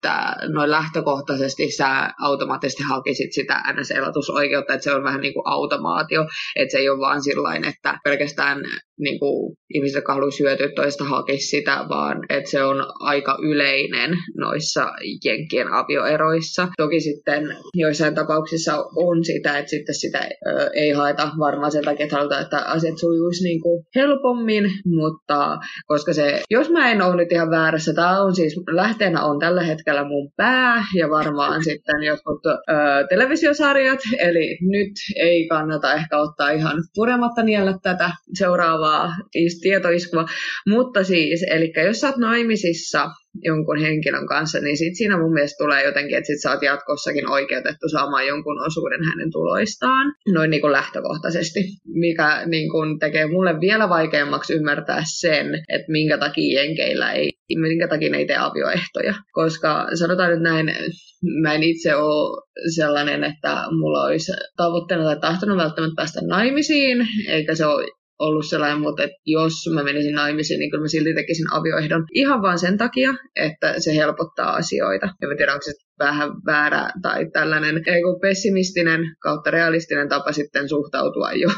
että noin lähtökohtaisesti sä automaattisesti hakisit sitä N S-elatusoikeutta, että se on vähän niin kuin automaatio, että se ei ole vaan sillain, että pelkästään niin kuin ihmiset, jotka haluaisi hyötyä toista, hakisi sitä, vaan että se on aika yleinen noissa jenkkien avioeroissa. Toki sitten joissain tapauksissa on sitä, että sitten sitä ö, ei haeta varmaan sen takia, että halutaan, että asiat sujuisi niin kuin helpommin, mutta koska se, jos mä en ole nyt ihan väärässä, tämä on siis, lähteenä on tällä hetkellä mun pää ja varmaan sitten jotkut ö, televisiosarjat, eli nyt ei kannata ehkä ottaa ihan purematta niellä tätä seuraavaa tietoiskua, mutta siis, eli jos sä oot naimisissa jonkun henkilön kanssa, niin sit siinä mun mielestä tulee jotenkin, että sit sä oot jatkossakin oikeutettu saamaan jonkun osuuden hänen tuloistaan, noin niin kuin lähtökohtaisesti, mikä niin kuin tekee mulle vielä vaikeammaksi ymmärtää sen, että minkä takia jenkeillä ei, minkä takia ne ei tee avioehtoja, koska sanotaan nyt näin, mä en itse ole sellainen, että mulla olisi tavoitteena tai tahtonut välttämättä päästä naimisiin, eikä se ole ollut sellainen, mutta että jos mä menisin naimisiin, niin kyllä mä silti tekisin avioehdon ihan vaan sen takia, että se helpottaa asioita. Ja mä tiedän, onko se vähän väärä tai tällainen ei kun pessimistinen kautta realistinen tapa sitten suhtautua jo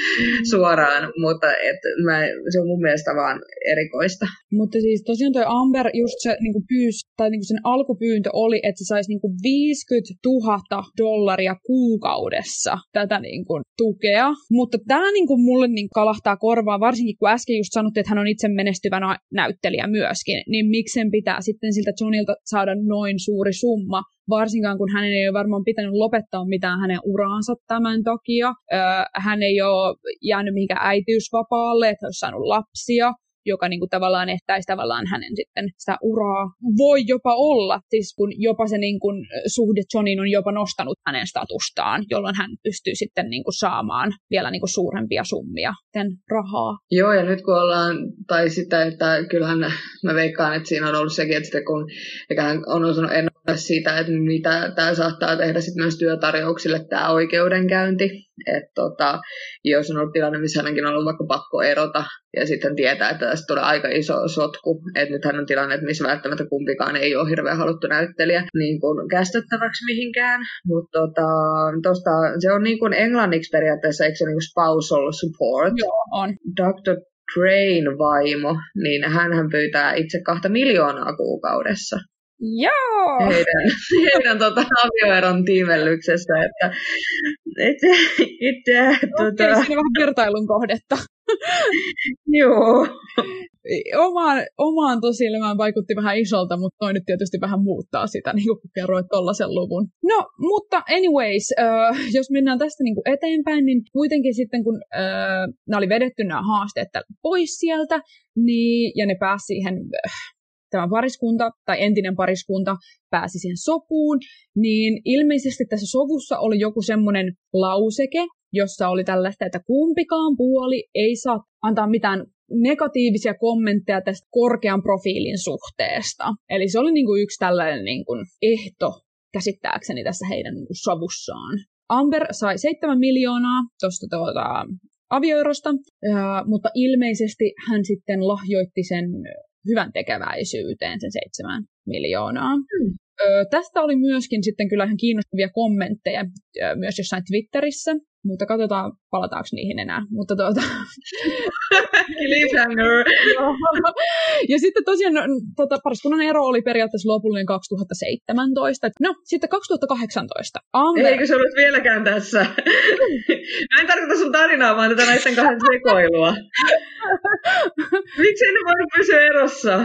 suoraan, mutta et mä, se on mun mielestä vaan erikoista. Mutta siis tosiaan toi Amber just se niinku pyys, tai niinku sen alkupyyntö oli, että se saisi niinku viisikymmentätuhatta dollaria kuukaudessa tätä niinku tukea, mutta tää niinku mulle niinku kalahtaa korvaa, varsinkin kun äsken just sanottiin, että hän on itse menestyvä na- näyttelijä myöskin, niin miksen pitää sitten siltä Johnilta saada noin suuri summa, varsinkaan kun hänen ei ole varmaan pitänyt lopettaa mitään hänen uraansa tämän takia. Öö, hän ei ole jäänyt mihinkään äitiysvapaalle, että hän olisi saanut lapsia, joka niin kuin tavallaan ehtäisi tavallaan hänen sitten sitä uraa. Voi jopa olla, siis kun jopa se niin kuin suhde Johnin on jopa nostanut hänen statustaan, jolloin hän pystyy sitten niin kuin saamaan vielä niin kuin suurempia summia tämän rahaa. Joo, ja nyt kun ollaan, tai sitä, että kyllähän mä veikkaan, että siinä on ollut sekin, että sitten kun eikä hän on osannut ennakoida siitä, että mitä tämä saattaa tehdä sitten myös työtarjouksille tämä oikeudenkäynti. Että tota, jos on ollut tilanne, missä hänenkin on ollut vaikka pakko erota, ja sitten tietää, että tästä tulee aika iso sotku, että nythän on tilanne, että missä välttämättä kumpikaan ei ole hirveän haluttu näyttelijä niin kuin kästettäväksi mihinkään, mutta tota, tosta, se on niin kuin englanniksi periaatteessa, eikö se niin kuin spousal support? Joo, on. doktor Train vaimo, niin hänhän pyytää itse kahta miljoonaa kuukaudessa. Joo! Heidän, heidän tota, avioeron tiimellyksessä, että itse, itse, Okei, tota... siinä vähän vertailun kohdetta. Joo. Omaan, omaan tosilmään vaikutti vähän isolta, mutta toi nyt tietysti vähän muuttaa sitä, niin kun kerroit tollasen luvun. No, mutta anyways, äh, jos mennään tästä niin kuin eteenpäin, niin kuitenkin sitten kun äh, nämä oli vedetty nämä haasteet pois sieltä, niin, ja ne pääsi siihen... Äh, tämä pariskunta tai entinen pariskunta pääsi siihen sopuun, niin ilmeisesti tässä sovussa oli joku semmoinen lauseke, jossa oli tällaista, että kumpikaan puoli ei saa antaa mitään negatiivisia kommentteja tästä korkean profiilin suhteesta. Eli se oli niin kuin yksi tällainen niin kuin ehto käsittääkseni tässä heidän niin kuin sovussaan. Amber sai seitsemän miljoonaa tuosta tuota, avioerosta, ja, mutta ilmeisesti hän sitten lahjoitti sen hyvän tekeväisyyteen sen seitsemän miljoonaa. Mm. Ö, tästä oli myöskin sitten kyllä ihan kiinnostavia kommentteja ö, myös jossain Twitterissä, mutta katsotaan, palataanko niihin enää. Mutta tuota... Cliffhanger! Ja sitten tosiaan tota, pariskunnan ero oli periaatteessa lopullinen kaksituhattaseitsemäntoista. No, sitten kaksituhattakahdeksantoista. Amber... Eikö se ollut vieläkään tässä? Mä en tarkoita sun tarinaa, vaan tätä naisten kahden sekoilua. Miksi ne voi pysyä erossa?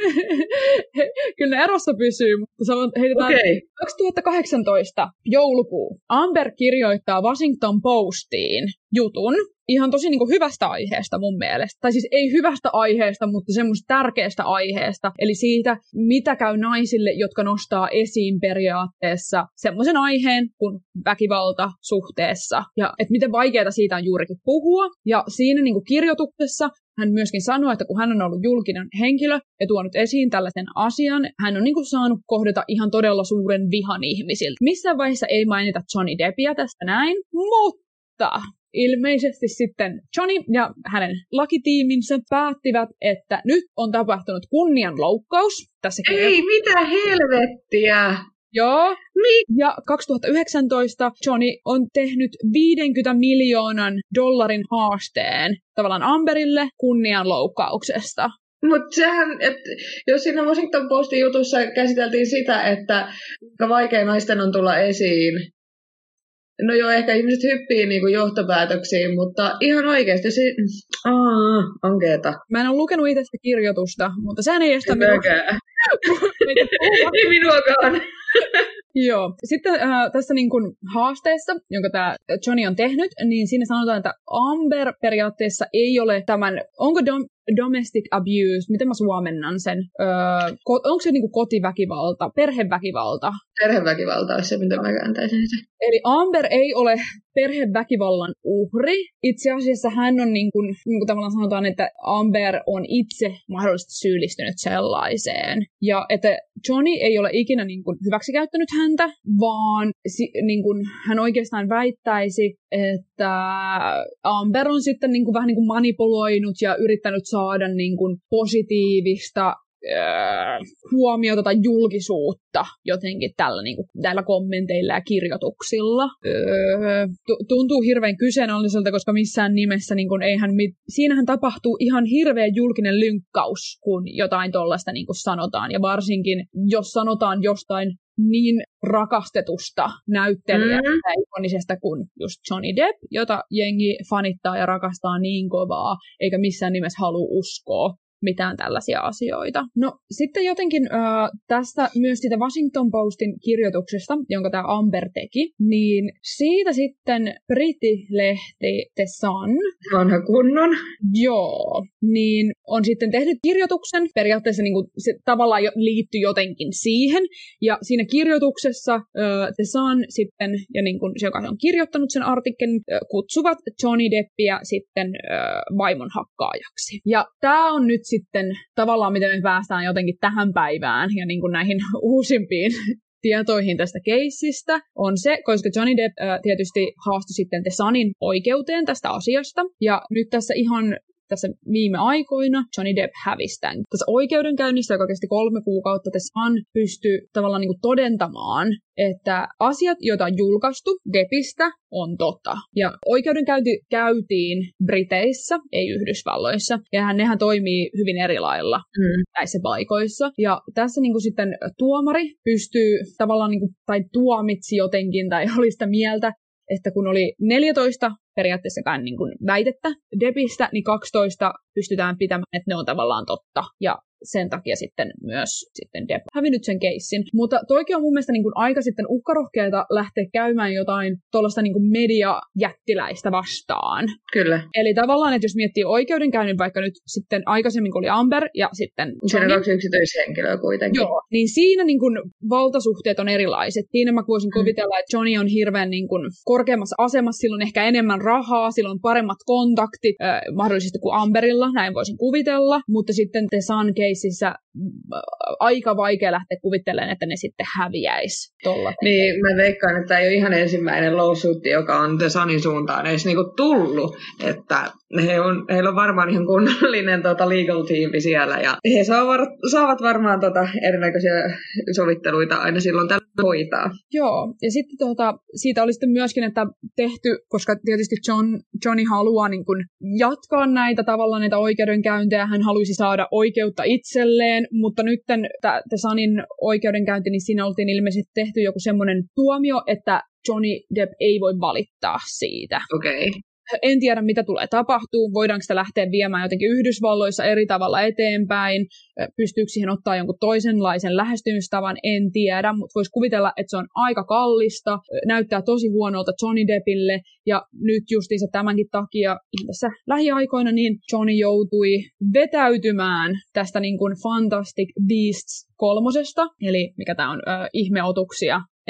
Kyllä ne erossa pysyy, mutta se on, heitetään okay. kaksituhattakahdeksantoista joulukuu. Amber kirjoittaa Washington Postiin jutun, ihan tosi niin kuin hyvästä aiheesta mun mielestä. Tai siis ei hyvästä aiheesta, mutta semmoista tärkeästä aiheesta. Eli siitä, mitä käy naisille, jotka nostaa esiin periaatteessa semmoisen aiheen kuin väkivalta suhteessa. Ja että miten vaikeaa siitä on juurikin puhua. Ja siinä niin kuin kirjoituksessa hän myöskin sanoi, että kun hän on ollut julkinen henkilö ja tuonut esiin tällaisen asian, hän on niin kuin saanut kohdata ihan todella suuren vihan ihmisiltä. Missään vaiheessa ei mainita Johnny Deppia tästä näin, mutta ilmeisesti sitten Johnny ja hänen lakitiiminsä päättivät, että nyt on tapahtunut kunnianloukkaus tässä kirjassa. Ei, mitä helvettiä! Joo. Mi- ja kaksituhattayhdeksäntoista Johnny on tehnyt viidenkymmenen miljoonan dollarin haasteen tavallaan Amberille kunnianloukkauksesta. Mutta sehän, että jos siinä Washington Postin jutussa käsiteltiin sitä, että vaikea naisten on tulla esiin, no joo, ehkä ihmiset hyppii niinku johtopäätöksiin, mutta ihan oikeasti se... Aa, ankeeta. Mä en ole lukenut itse sitä kirjoitusta, mutta sehän ei estä minua. Ei minuakaan. Joo. Sitten äh, tässä niin kun haasteessa, jonka tämä Johnny on tehnyt, niin siinä sanotaan, että Amber periaatteessa ei ole tämän, onko dom, domestic abuse, miten mä suomennan sen, öö, ko, onko se niin kuin kotiväkivalta, perheväkivalta? Perheväkivalta on se, mitä mä kääntäisin sen. Eli Amber ei ole perheväkivallan uhri. Itse asiassa hän on, niin kuin, niin kuin tavallaan sanotaan, että Amber on itse mahdollisesti syyllistynyt sellaiseen. Ja että Johnny ei ole ikinä niin kuin hyväksikäyttänyt häntä, vaan niin kuin, hän oikeastaan väittäisi, että Amber on sitten niin kuin, vähän niin kuin manipuloinut ja yrittänyt saada niin kuin, positiivista huomiota tai julkisuutta jotenkin tällä, niin kuin, tällä kommenteilla ja kirjoituksilla. Öö, tuntuu hirveän kyseenalaiselta, koska missään nimessä niin kuin, eihän mit... siinähän tapahtuu ihan hirveä julkinen lynkkaus, kun jotain tollaista niin kuin sanotaan. Ja varsinkin, jos sanotaan jostain niin rakastetusta näyttelijästä mm. ja ikonisesta kuin just Johnny Depp, jota jengi fanittaa ja rakastaa niin kovaa, eikä missään nimessä halua uskoa mitään tällaisia asioita. No sitten jotenkin äh, tästä myös sitä Washington Postin kirjoituksesta, jonka tämä Amber teki, niin siitä sitten brittilehti The Sun, vanha kunnon, joo, niin on sitten tehnyt kirjoituksen, periaatteessa niin kuin se tavallaan jo liittyy jotenkin siihen, ja siinä kirjoituksessa äh, The Sun sitten, ja niin kuin se, joka on kirjoittanut sen artikkelin, äh, kutsuvat Johnny Deppia sitten äh, vaimon hakkaajaksi. Ja tämä on nyt sitten tavallaan, miten me päästään jotenkin tähän päivään ja niin kuin näihin uusimpiin tietoihin tästä keissistä, on se, koska Johnny Depp äh, tietysti haastoi sitten The Sunin oikeuteen tästä asiasta, ja nyt tässä ihan tässä viime aikoina Johnny Depp hävisi tämän. Tässä oikeudenkäynnissä, joka kesti kolme kuukautta, The Sun pystyi tavallaan niin kuin todentamaan, että asiat, joita on julkaistu Deppistä, on totta. Ja oikeudenkäynti käytiin Briteissä, ei Yhdysvalloissa, ja nehän toimii hyvin eri lailla mm. näissä paikoissa. Ja tässä niin kuin sitten tuomari pystyy tavallaan, niin kuin, tai tuomitsi jotenkin, tai oli sitä mieltä, että kun oli neljätoista periaatteessa niin kuin väitettä Deppistä, niin kaksitoista pystytään pitämään, että ne on tavallaan totta. Ja sen takia sitten myös sitten Depp hävinnyt sen keissin. Mutta toikin on mun mielestä niin kuin aika sitten uhkarohkeata lähteä käymään jotain tuollaista niin kuin mediajättiläistä vastaan. Kyllä. Eli tavallaan, että jos miettii oikeudenkäynnin vaikka nyt sitten aikaisemmin, kun oli Amber ja sitten Johnny. Siinä on kaksi yksityishenkilöä kuitenkin. Joo, niin siinä niin kuin valtasuhteet on erilaiset. Siinä mä voisin kuvitella, että Johnny on hirveän niin kuin korkeammassa asemassa, sillä on ehkä enemmän rahaa, sillä on paremmat kontaktit, äh, mahdollisesti kuin Amberilla, näin voisin kuvitella, mutta sitten The Sun keississä aika vaikea lähteä kuvittelemaan, että ne sitten häviäisi tolla. Niin, mä veikkaan, että tämä ei ole ihan ensimmäinen lawsuit, joka on The Sunin suuntaan edes niinku tullut, että he on, heillä on varmaan ihan kunnollinen tota, legal tiimi siellä, ja he saavat, saavat varmaan tota, erinäköisiä sovitteluita aina silloin tällä hoitaa. Joo, ja sitten tota, siitä oli sitten myöskin, että tehty, koska tietysti John, Johnny haluaa niin kun jatkaa näitä tavallaan näitä oikeudenkäyntejä, hän haluaisi saada oikeutta itselleen, mutta nyt The Sunin oikeudenkäynti, niin siinä oltiin ilmeisesti tehty joku semmoinen tuomio, että Johnny Depp ei voi valittaa siitä. Okei. Okay. En tiedä, mitä tulee tapahtuu. Voidaanko sitä lähteä viemään jotenkin Yhdysvalloissa eri tavalla eteenpäin? Pystyykö siihen ottaa jonkun toisenlaisen lähestymistavan? En tiedä, mutta voisi kuvitella, että se on aika kallista. Näyttää tosi huonolta Johnny Deppille. Ja nyt justiinsa tämänkin takia tässä lähiaikoina niin Johnny joutui vetäytymään tästä niin kuin Fantastic Beasts kolmosesta, eli mikä tämä on, äh, ihmeotuksia.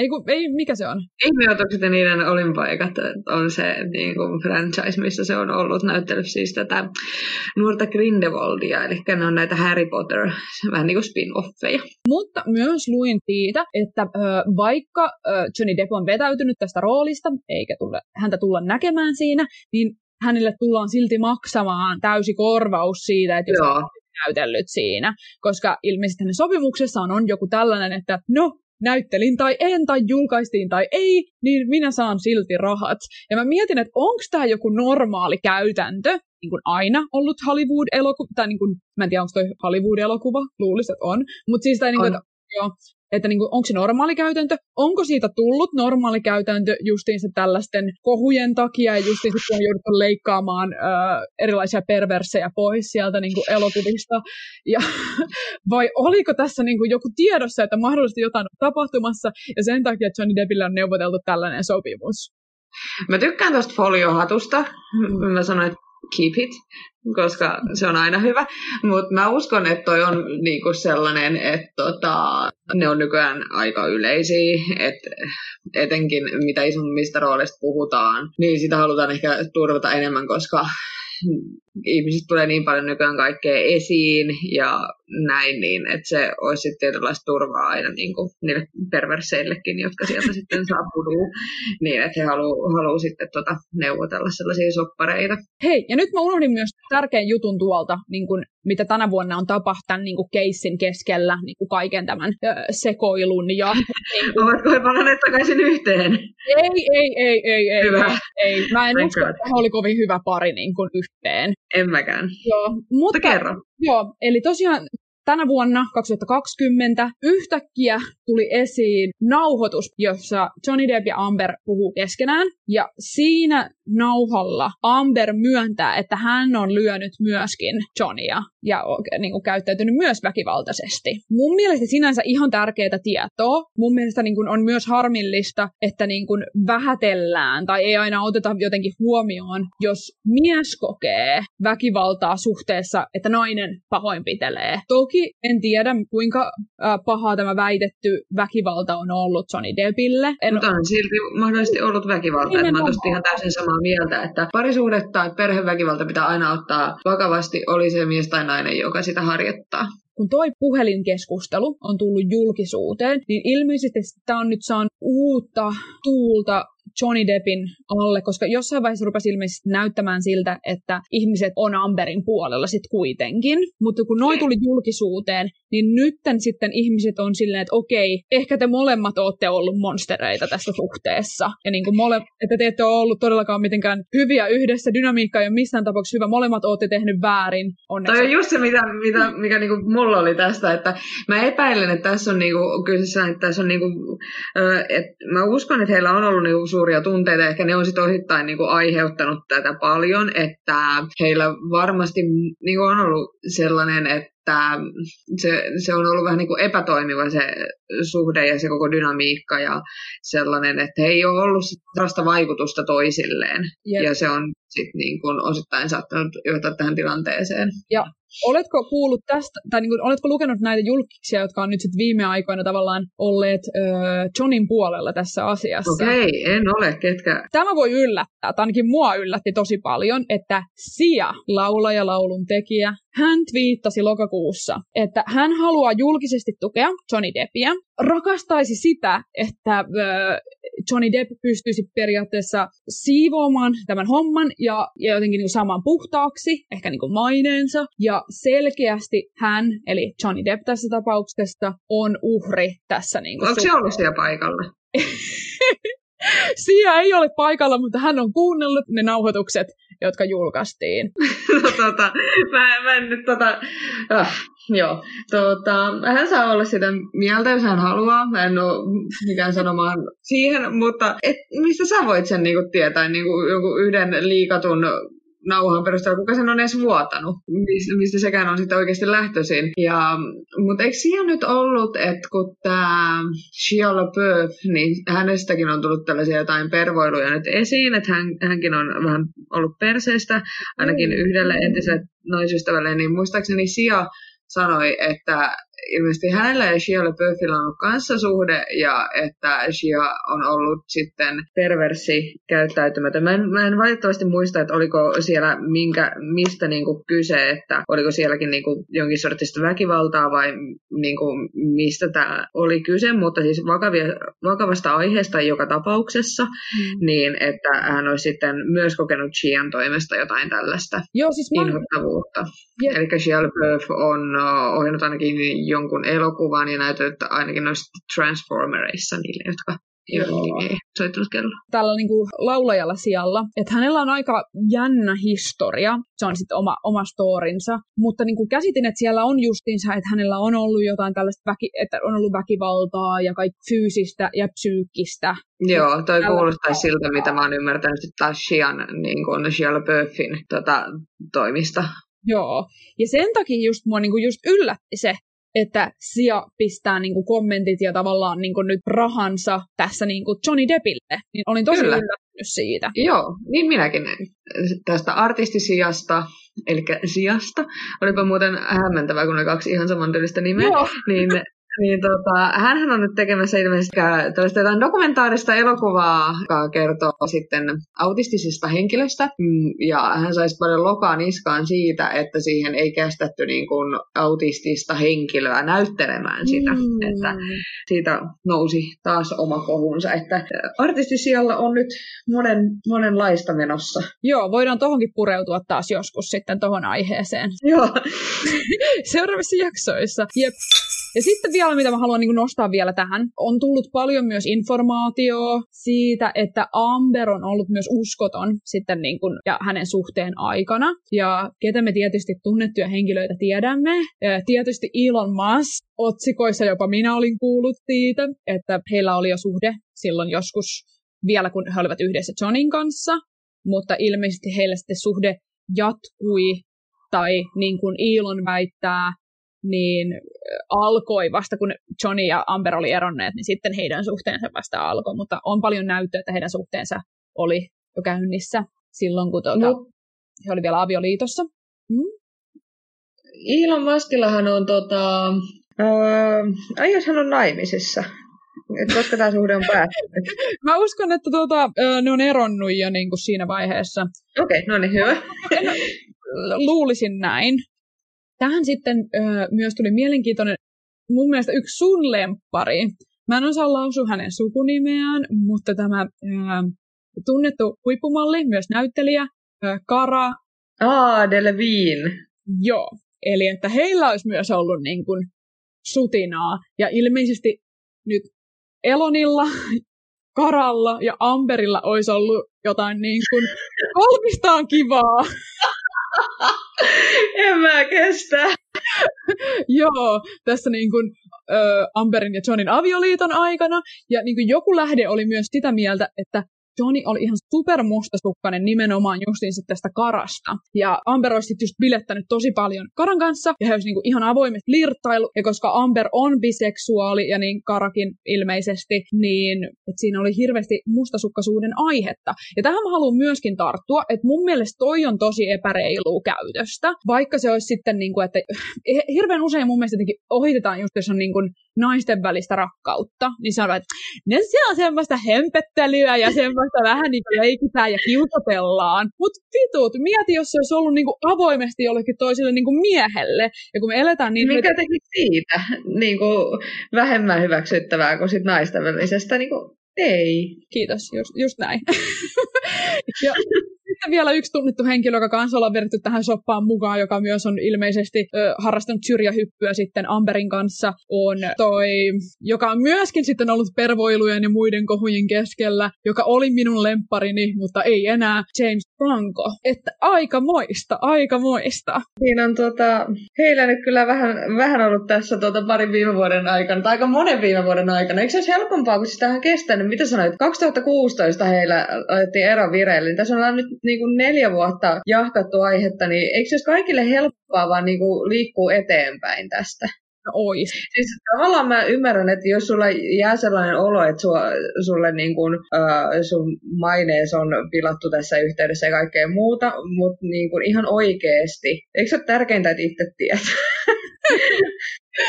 Ei, kun, ei mikä se on? Ihmeotukset ja niiden olinpaikat on se niin kuin franchise, missä se on ollut näyttely siis tätä nuorta Grindelwaldia, eli ne on näitä Harry Potter, vähän niin kuin spin-offeja. Mutta myös luin siitä, että ö, vaikka ö, Johnny Depp on vetäytynyt tästä roolista, eikä tulla, häntä tulla näkemään siinä, niin hänelle tullaan silti maksamaan täysi korvaus siitä, että jos Joo. hän on näytellyt siinä, koska ilmeisesti hänen sopimuksessaan on joku tällainen, että no, näyttelin tai en, tai julkaistiin tai ei, niin minä saan silti rahat. Ja mä mietin, että onko tämä joku normaali käytäntö, niin kuin aina ollut Hollywood-elokuva, tai niin kuin, mä en tiedä, onko toi Hollywood-elokuva, luulisin, että on, mutta siis tai niin kuin, että, joo, että niin kuin, onko se normaali käytäntö, onko siitä tullut normaali käytäntö justiinsa tällaisten kohujen takia, ja justiinsa kun on jouduttu leikkaamaan äh, erilaisia perversejä pois sieltä niin kuin elokuvista, ja vai oliko tässä niin kuin joku tiedossa, että mahdollisesti jotain on tapahtumassa, ja sen takia Johnny Deppille on neuvoteltu tällainen sopimus. Mä tykkään tuosta foliohatusta, mä sanoin, että keep it, koska se on aina hyvä, mutta mä uskon, että toi on niinku sellainen, että tota, ne on nykyään aika yleisiä, että etenkin mitä isommista roolista puhutaan, niin sitä halutaan ehkä turvata enemmän, koska ihmiset tulee niin paljon nykyään kaikkea esiin ja näin, niin että se olisi sitten tietynlaista turvaa aina niin kuin niille perverseillekin, jotka sieltä sitten saapuduu, niin että he haluaa haluu sitten tota, neuvotella sellaisia soppareita. Hei, ja nyt mä unohdin myös tärkeän jutun tuolta, niin kun, mitä tänä vuonna on tapahtunut niin keissin keskellä, niin kuin kaiken tämän ö, sekoilun. Ja, niin kun... Ovatko he palanneet takaisin yhteen? Ei, ei, ei, ei, ei. Hyvä. ei. Mä en Thank usko, God. että he oli kovin hyvä pari niin kuin yhteen. En mäkään. Joo, mutta kerro. Joo, eli tosiaan tänä vuonna kaksituhattakaksikymmentä yhtäkkiä tuli esiin nauhoitus, jossa Johnny Depp ja Amber puhuu keskenään. Ja siinä nauhalla Amber myöntää, että hän on lyönyt myöskin Johnya ja niin kuin, käyttäytynyt myös väkivaltaisesti. Mun mielestä sinänsä ihan tärkeää tietoa. Mun mielestä niin kuin, on myös harmillista, että niin kuin, vähätellään tai ei aina oteta jotenkin huomioon, jos mies kokee väkivaltaa suhteessa, että nainen pahoinpitelee. Toki en tiedä, kuinka äh, pahaa tämä väitetty väkivalta on ollut Johnny Deppille. En... Mutta on silti mahdollisesti ollut väkivaltaa. Mä oon ihan täysin samaa mieltä, että parisuhde tai perheväkivalta pitää aina ottaa vakavasti, oli se mies tai nainen, joka sitä harjoittaa. Kun toi puhelinkeskustelu on tullut julkisuuteen, niin ilmeisesti tämä on nyt saanut uutta tuulta Johnny Deppin alle, koska jossain vaiheessa rupesi ilmeisesti näyttämään siltä, että ihmiset on Amberin puolella sitten kuitenkin. Mutta kun noi tuli julkisuuteen, niin nytten sitten ihmiset on silleen, että okei, ehkä te molemmat ootte ollut monstereita tässä suhteessa. Ja niin kuin mole, että te ette ole ollut todellakaan mitenkään hyviä yhdessä, dynamiikka ei ole missään tapauksessa hyvä, molemmat ootte tehnyt väärin. Onneksi. Toi on just se, mitä, mitä, mikä niinku mulla oli tästä, että mä epäilen, että tässä on niinku, kyllä että tässä on niinku, että mä uskon, että heillä on ollut niinku suuria tunteita, ehkä ne on sitten osittain niinku aiheuttanut tätä paljon, että heillä varmasti niinku on ollut sellainen, että se, se on ollut vähän niin kuin epätoimiva se suhde ja se koko dynamiikka ja sellainen, että he ei ole ollut sellaista vaikutusta toisilleen. Yep. Ja se on sitten niin kuin osittain saattanut johtaa tähän tilanteeseen. Ja oletko kuullut tästä, tai niin kuin, oletko lukenut näitä julkiksia, jotka on nyt sit viime aikoina tavallaan olleet öö, Johnin puolella tässä asiassa? Okei, okay, en ole, ketkä. Tämä voi yllättää, tai ainakin mua yllätti tosi paljon, että Sia, laulaja, laulun tekijä, hän twiittasi lokakuussa, että hän haluaa julkisesti tukea Johnny Deppia, rakastaisi sitä, että öö, Johnny Depp pystyisi periaatteessa siivoamaan tämän homman ja, ja jotenkin niin kuin saamaan puhtaaksi, ehkä niin kuin maineensa. Ja selkeästi hän, eli Johnny Depp tässä tapauksessa, on uhri tässä. Niin kuin onko se ollut siellä paikalla? Sia ei ole paikalla, mutta hän on kuunnellut ne nauhoitukset, jotka julkaistiin. no, tota, mä, mä en nyt tota... Ah, joo, tota, hän saa olla sitä mieltä, jos hän haluaa. Mä en ole mikään sanomaan siihen, mutta et, mistä sä voit sen niinku tietää niinku, joku yhden liikatun nauhan perusteella, kuka sen on edes vuotanut, mistä sekään on sitten oikeasti lähtöisin. Ja, mutta eikö siinä nyt ollut, että kun tämä Shia LaBeouf, niin hänestäkin on tullut tällaisia jotain pervoiluja nyt esiin, että hän, hänkin on vähän ollut perseestä, ainakin yhdelle entiselle naisystävälle, niin muistaakseni Shia sanoi, että ilmeisesti hänellä ja Shia LaBeoufilla on ollut kanssasuhde ja että Shia on ollut sitten perversi käyttäytymätön. Mä en, mä en valitettavasti muista, että oliko siellä minkä, mistä niinku kyse, että oliko sielläkin niinku jonkin sortista väkivaltaa vai niinku mistä tämä oli kyse, mutta siis vakavia, vakavasta aiheesta joka tapauksessa, mm. niin että hän olisi sitten myös kokenut Shian toimesta jotain tällaista Joo, siis mä... inhottavuutta. Yeah. Eli Shia LaBeouf on ohjannut ainakin jonkun elokuvan ja näytellyt ainakin noissa Transformereissa niille, jotka ei soittanut kello. Tällä niin kuin laulajalla sijalla, että hänellä on aika jännä historia, se on sitten oma, oma storinsa, mutta niin kuin käsitin, että siellä on justiinsa, että hänellä on ollut jotain tällaista, väki, että on ollut väkivaltaa ja kaikki fyysistä ja psyykkistä. Joo, toi kuulostaisi siltä, mitä mä oon ymmärtänyt taas Shian, niin kuin Shia LaBeoufin tota, toimista. Joo, ja sen takia just mua niin kuin just yllätti se, että Shia pistää niinku kommentit ja tavallaan niinku nyt rahansa tässä niinku Johnny Deppille. Niin olin tosi Kyllä. yllättynyt siitä. Joo, niin minäkin tästä artistisijasta, eli sijasta. Olipa muuten hämmentävää, kun ne kaksi ihan samantyylistä nimeä. Joo. Niin, niin tota, hänhän on nyt tekemässä ilmeisesti tällaista jotain dokumentaarista elokuvaa, joka kertoo sitten autistisista henkilöistä. Ja hän saisi paljon lokaa niskaan siitä, että siihen ei kästetty niin kuin autistista henkilöä näyttelemään sitä. Mm. Että siitä nousi taas oma kohunsa, että artistisijalla on nyt monen, monenlaista menossa. Joo, voidaan tohonkin pureutua taas joskus sitten tohon aiheeseen. Joo. Seuraavissa jaksoissa. Jep. Ja sitten vielä, mitä mä haluan niin kuin nostaa vielä tähän, on tullut paljon myös informaatiota siitä, että Amber on ollut myös uskoton sitten niin kuin, ja hänen suhteen aikana. Ja ketä me tietysti tunnettuja henkilöitä tiedämme. Ja tietysti Elon Musk, otsikoissa jopa minä olin kuullut siitä, että heillä oli jo suhde silloin joskus vielä, kun he olivat yhdessä Johnin kanssa. Mutta ilmeisesti heillä sitten suhde jatkui, tai niin kuin Elon väittää, niin alkoi vasta, kun Johnny ja Amber oli eronneet, niin sitten heidän suhteensa vasta alkoi, mutta on paljon näyttöä, että heidän suhteensa oli jo käynnissä silloin, kun tuota, no. he oli vielä avioliitossa. Hmm? Elon Muskillahan on, tota, äh, jos hän on naimisissa, että koska tämä suhde on päättynyt. Mä uskon, että tuota, ne on eronnut jo niin kuin siinä vaiheessa. Okei, okay, no niin, hyvä. Luulisin näin. Tähän sitten ö, myös tuli mielenkiintoinen, mun mielestä yksi sun lemppari. Mä en osaa lausua hänen sukunimeään, mutta tämä ö, tunnettu huippumalli, myös näyttelijä, ö, Cara. Ah, Delevingne. Joo, eli että heillä olisi myös ollut niin kuin sutinaa. Ja ilmeisesti nyt Elonilla, Caralla ja Amberilla olisi ollut jotain niin kuin kolmistaan kivaa. En mä kestä. Joo, tässä niin kuin ö, Amberin ja Johnin avioliiton aikana. Ja niin kuin joku lähde oli myös sitä mieltä, että Johnny oli ihan supermustasukkainen nimenomaan justiinsa tästä Carasta. Ja Amber olisi just bilettänyt tosi paljon Caran kanssa, ja he olisi niinku ihan avoimesti flirttailu. Ja koska Amber on biseksuaali, ja niin Carakin ilmeisesti, niin että siinä oli hirveästi mustasukkaisuuden aihetta. Ja tähän mä haluan myöskin tarttua, että mun mielestä toi on tosi epäreilua käytöstä. Vaikka se olisi sitten, niinku, että hirveän usein mun mielestä jotenkin ohitetaan just, jos on niinku naisten välistä rakkautta, niin se on, että ne siellä on semmoista hempettelyä ja semmoista vähän niin kuin leikitään ja kiusotellaan. Mutta vitut, mieti, jos se olisi ollut niin kuin avoimesti jollekin toiselle niin kuin miehelle. Ja kun me eletään niin... Mikä teki siitä niin kuin vähemmän hyväksyttävää kuin sit naisten välisestä? Niin kuin, ei. Kiitos, just, just näin. ja sitten vielä yksi tunnettu henkilö, joka kanssa ollaan vedetty tähän soppaan mukaan, joka myös on ilmeisesti ö, harrastanut syrjähyppyä sitten Amberin kanssa, on toi, joka on myöskin sitten ollut pervoilujen ja muiden kohujen keskellä, joka oli minun lempparini, mutta ei enää, James Franco. Että aika moista, aika moista. Siinä on tota, heillä nyt kyllä vähän, vähän ollut tässä tota parin viime vuoden aikana, tai aika monen viime vuoden aikana. Eikö se olisi helpompaa, kun siis tähän kestänyt? Mitä sanoit? kaksituhattakuusitoista heillä otettiin ero vireille, niin tässä ollaan nyt niin kuin neljä vuotta jahkattu aihetta, niin eikö se olisi kaikille helppoa vaan niin kuin liikkuu eteenpäin tästä? No ois. Siis tavallaan mä ymmärrän, että jos sulla jää sellainen olo, että sua, sulle niin kuin, äh, sun mainees on pilattu tässä yhteydessä ja kaikkea muuta, mutta niin kuin ihan oikeesti. Eikö se ole tärkeintä, että itse tiedät?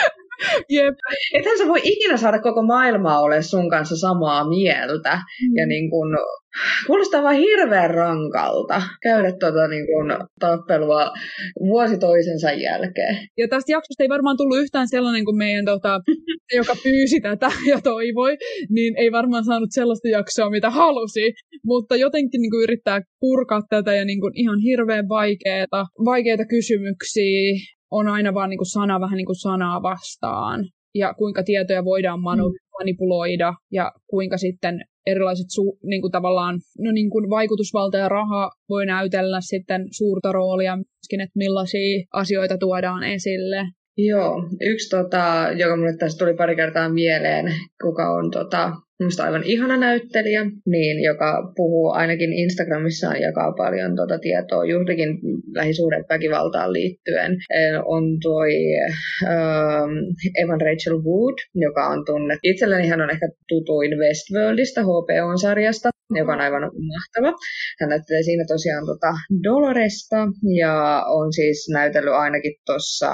Jep. Ethän sä voi ikinä saada koko maailmaa ole sun kanssa samaa mieltä. Mm. Ja niin kun, kuulostaa vaan hirveän rankalta käydä tuota niin kun, tappelua vuosi toisensa jälkeen. Ja tästä jaksosta ei varmaan tullut yhtään sellainen kuin meidän, tota, joka pyysi tätä ja toivoi, niin ei varmaan saanut sellaista jaksoa, mitä halusi. Mutta jotenkin niin kun, yrittää purkaa tätä ja niin kun, ihan hirveän vaikeita, vaikeita kysymyksiä. On aina vaan niin kuin sana vähän niin kuin sanaa vastaan. Ja kuinka tietoja voidaan manu- manipuloida. Ja kuinka sitten erilaiset su- niin kuin tavallaan, no niin kuin vaikutusvalta ja raha voi näytellä sitten suurta roolia myöskin, että millaisia asioita tuodaan esille. Joo, yksi, tota, joka mulle tässä tuli pari kertaa mieleen, kuka on tota, minusta aivan ihana näyttelijä, niin, joka puhuu ainakin Instagramissaan, jakaa paljon tota, tietoa juurikin lähisuhdeväkivaltaan liittyen, on toi ähm, Evan Rachel Wood, joka on tunnettu. Itselleni hän on ehkä tutuin Westworldista, H B O-sarjasta, joka on aivan mahtava. Hän näyttelee siinä tosiaan tota Doloresta ja on siis näytellyt ainakin tuossa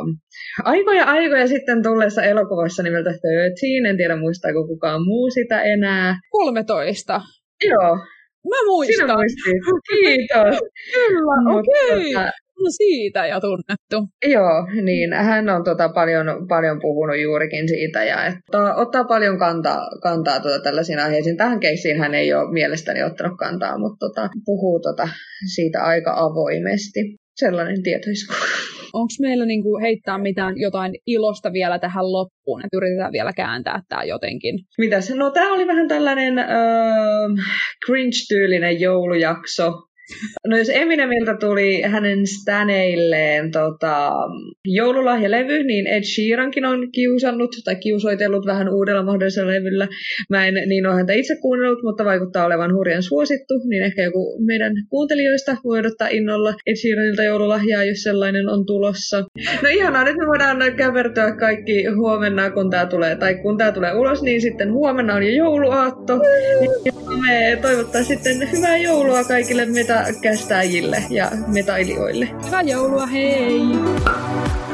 aikoja aikoja sitten tulleessa elokuvassa nimeltä kolmetoista. En tiedä muistaako kukaan muu sitä enää. kolmetoista. Joo. Mä muistan. Sinä muistit. Kiitos. Kyllä, okei. Okay. No siitä ja tunnettu. Joo, niin hän on tota paljon, paljon puhunut juurikin siitä ja että ottaa paljon kantaa, kantaa tota tällaisiin aiheisiin. Tähän keissiin hän ei ole mielestäni ottanut kantaa, mutta tota, puhuu tota siitä aika avoimesti. Sellainen tietoisku. Onko meillä niinku heittää mitään jotain ilosta vielä tähän loppuun, että yritetään vielä kääntää tämä jotenkin? Mitäs? No tämä oli vähän tällainen öö, cringe-tyylinen joulujakso. No jos Eminemiltä tuli hänen staneilleen tota, joululahjalevy, niin Ed Sheerankin on kiusannut tai kiusoitellut vähän uudella mahdollisella levyllä. Mä en niin ole häntä itse kuunnellut, mutta vaikuttaa olevan hurjan suosittu, niin ehkä joku meidän kuuntelijoista voi odottaa innolla Ed Sheeranilta joululahjaa, jos sellainen on tulossa. No ihanaa, nyt me voidaan kävertyä kaikki huomenna, kun tää tulee, tai kun tää tulee ulos, niin sitten huomenna on jo jouluaatto. Me toivottaa sitten hyvää joulua kaikille meitä kästäjille ja metailijoille. Hyvää joulua, hei!